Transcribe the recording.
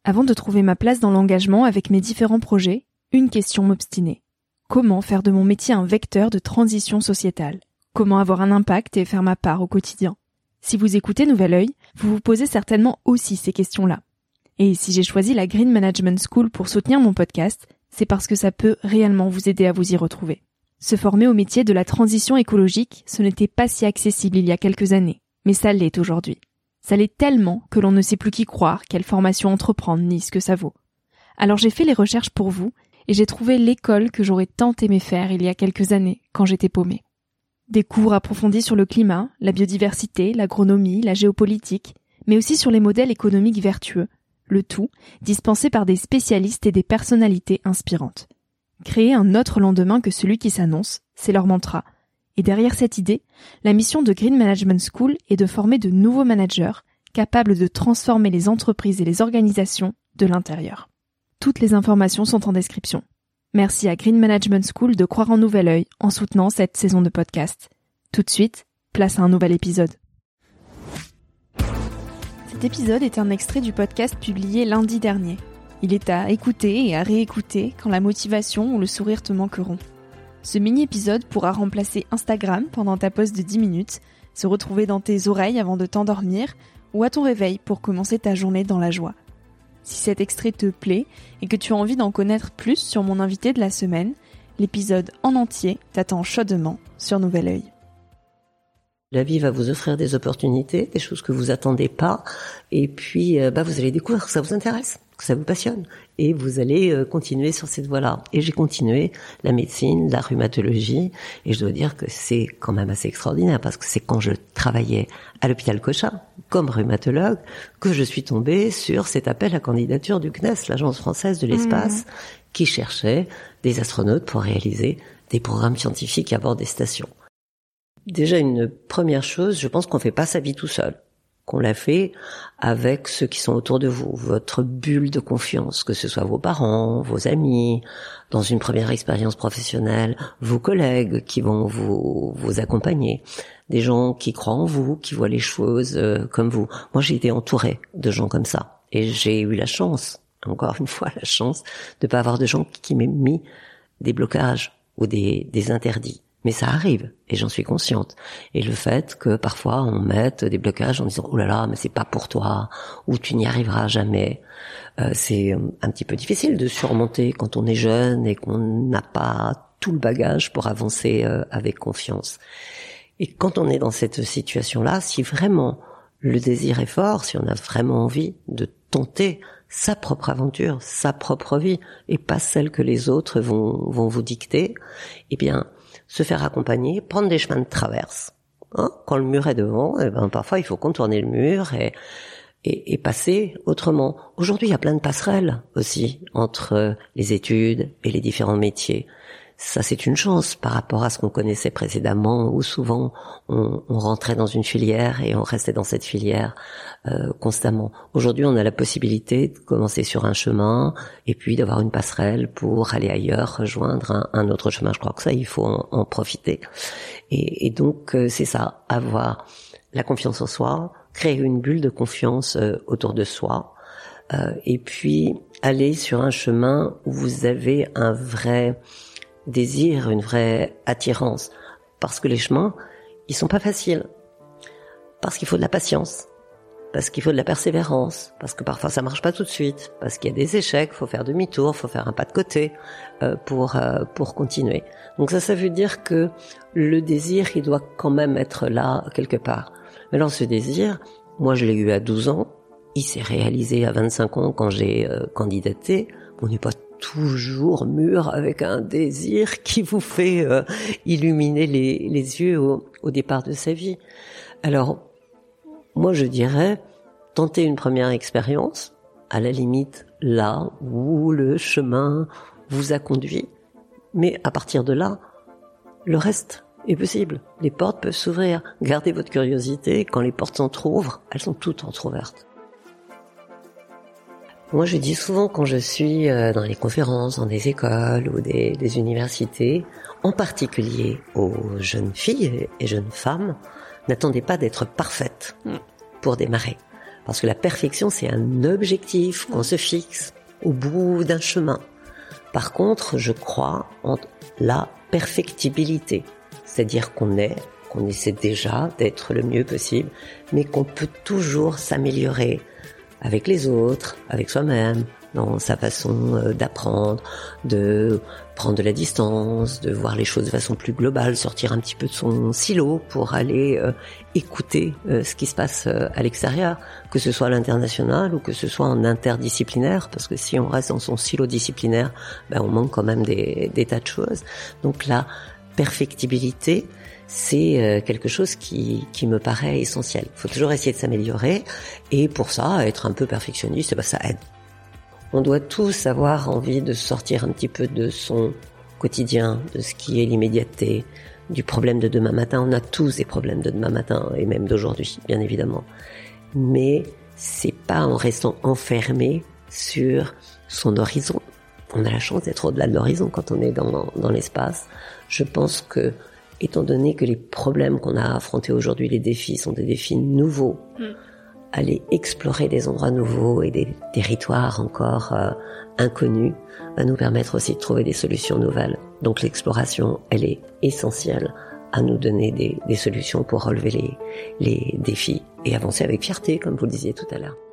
Avant de trouver ma place dans l'engagement avec mes différents projets, une question m'obstinait. Comment faire de mon métier un vecteur de transition sociétale ? Comment avoir un impact et faire ma part au quotidien ? Si vous écoutez Nouvel Œil, vous vous posez certainement aussi ces questions-là. Et si j'ai choisi la Green Management School pour soutenir mon podcast, c'est parce que ça peut réellement vous aider à vous y retrouver. Se former au métier de la transition écologique, ce n'était pas si accessible il y a quelques années, mais ça l'est aujourd'hui. Ça l'est tellement que l'on ne sait plus qui croire, quelle formation entreprendre, ni ce que ça vaut. Alors j'ai fait les recherches pour vous, et j'ai trouvé l'école que j'aurais tant aimé faire il y a quelques années, quand j'étais paumée. Des cours approfondis sur le climat, la biodiversité, l'agronomie, la géopolitique, mais aussi sur les modèles économiques vertueux, le tout dispensé par des spécialistes et des personnalités inspirantes. Créer un autre lendemain que celui qui s'annonce, c'est leur mantra. Et derrière cette idée, la mission de Green Management School est de former de nouveaux managers capables de transformer les entreprises et les organisations de l'intérieur. Toutes les informations sont en description. Merci à Green Management School de croire en Nouvel Œil en soutenant cette saison de podcast. Tout de suite, place à un nouvel épisode. Cet épisode est un extrait du podcast publié lundi dernier. Il est à écouter et à réécouter quand la motivation ou le sourire te manqueront. Ce mini-épisode pourra remplacer Instagram pendant ta pause de 10 minutes, se retrouver dans tes oreilles avant de t'endormir ou à ton réveil pour commencer ta journée dans la joie. Si cet extrait te plaît et que tu as envie d'en connaître plus sur mon invité de la semaine, l'épisode en entier t'attend chaudement sur Nouvel Œil. La vie va vous offrir des opportunités, des choses que vous attendez pas, et puis vous allez découvrir que ça vous intéresse, que ça vous passionne, et vous allez continuer sur cette voie-là. Et j'ai continué la médecine, la rhumatologie, et je dois dire que c'est quand même assez extraordinaire, parce que c'est quand je travaillais à l'hôpital Cochin, comme rhumatologue, que je suis tombée sur cet appel à candidature du CNES, l'Agence française de l'espace, qui cherchait des astronautes pour réaliser des programmes scientifiques à bord des stations. Déjà, une première chose, je pense qu'on fait pas sa vie tout seul, qu'on la fait avec ceux qui sont autour de vous, votre bulle de confiance, que ce soit vos parents, vos amis, dans une première expérience professionnelle, vos collègues qui vont vous accompagner, des gens qui croient en vous, qui voient les choses comme vous. Moi, j'ai été entourée de gens comme ça, et j'ai eu la chance, encore une fois la chance, de pas avoir de gens qui m'aient mis des blocages ou des interdits. Mais ça arrive, et j'en suis consciente. Et le fait que parfois on mette des blocages en disant « Oh là là, mais c'est pas pour toi » ou « Tu n'y arriveras jamais », c'est un petit peu difficile de surmonter quand on est jeune et qu'on n'a pas tout le bagage pour avancer avec confiance. Et quand on est dans cette situation-là, si vraiment le désir est fort, si on a vraiment envie de tenter sa propre aventure, sa propre vie, et pas celle que les autres vont vous dicter, eh bien, se faire accompagner, prendre des chemins de traverse. Quand le mur est devant, parfois il faut contourner le mur et passer autrement. Aujourd'hui, il y a plein de passerelles aussi entre les études et les différents métiers. Ça, c'est une chance par rapport à ce qu'on connaissait précédemment, où souvent on rentrait dans une filière et on restait dans cette filière constamment. Aujourd'hui, on a la possibilité de commencer sur un chemin et puis d'avoir une passerelle pour aller ailleurs, rejoindre un autre chemin. Je crois que ça, il faut en profiter. Et donc, c'est ça, avoir la confiance en soi, créer une bulle de confiance autour de soi, et puis aller sur un chemin où vous avez un vrai désir, une vraie attirance. Parce que les chemins, ils sont pas faciles. Parce qu'il faut de la patience. Parce qu'il faut de la persévérance. Parce que parfois ça marche pas tout de suite. Parce qu'il y a des échecs, faut faire demi-tour, faut faire un pas de côté, pour continuer. Donc ça veut dire que le désir, il doit quand même être là, quelque part. Mais alors ce désir, moi je l'ai eu à 12 ans. Il s'est réalisé à 25 ans quand j'ai candidaté. On n'est pas toujours mûr avec un désir qui vous fait illuminer les yeux au départ de sa vie. Alors, moi je dirais, tenter une première expérience, à la limite là où le chemin vous a conduit, mais à partir de là, le reste est possible. Les portes peuvent s'ouvrir. Gardez votre curiosité, quand les portes s'entr'ouvrent, elles sont toutes entr'ouvertes. Moi, je dis souvent quand je suis dans les conférences, dans des écoles ou des universités, en particulier aux jeunes filles et jeunes femmes, n'attendez pas d'être parfaite pour démarrer. Parce que la perfection, c'est un objectif qu'on se fixe au bout d'un chemin. Par contre, je crois en la perfectibilité. C'est-à-dire qu'on essaie déjà d'être le mieux possible, mais qu'on peut toujours s'améliorer avec les autres, avec soi-même, dans sa façon d'apprendre, de prendre de la distance, de voir les choses de façon plus globale, sortir un petit peu de son silo pour aller écouter ce qui se passe à l'extérieur, que ce soit à l'international ou que ce soit en interdisciplinaire, parce que si on reste dans son silo disciplinaire, on manque quand même des tas de choses. Donc la perfectibilité, c'est quelque chose qui me paraît essentiel. Il faut toujours essayer de s'améliorer, et pour ça, être un peu perfectionniste, ça aide. On doit tous avoir envie de sortir un petit peu de son quotidien, de ce qui est l'immédiateté, du problème de demain matin. On a tous des problèmes de demain matin, et même d'aujourd'hui, bien évidemment. Mais c'est pas en restant enfermé sur son horizon. On a la chance d'être au-delà de l'horizon quand on est dans l'espace. Je pense que, étant donné que les problèmes qu'on a affrontés aujourd'hui, les défis, sont des défis nouveaux, aller explorer des endroits nouveaux et des territoires encore inconnus va nous permettre aussi de trouver des solutions nouvelles. Donc l'exploration, elle est essentielle à nous donner des solutions pour relever les défis et avancer avec fierté, comme vous le disiez tout à l'heure.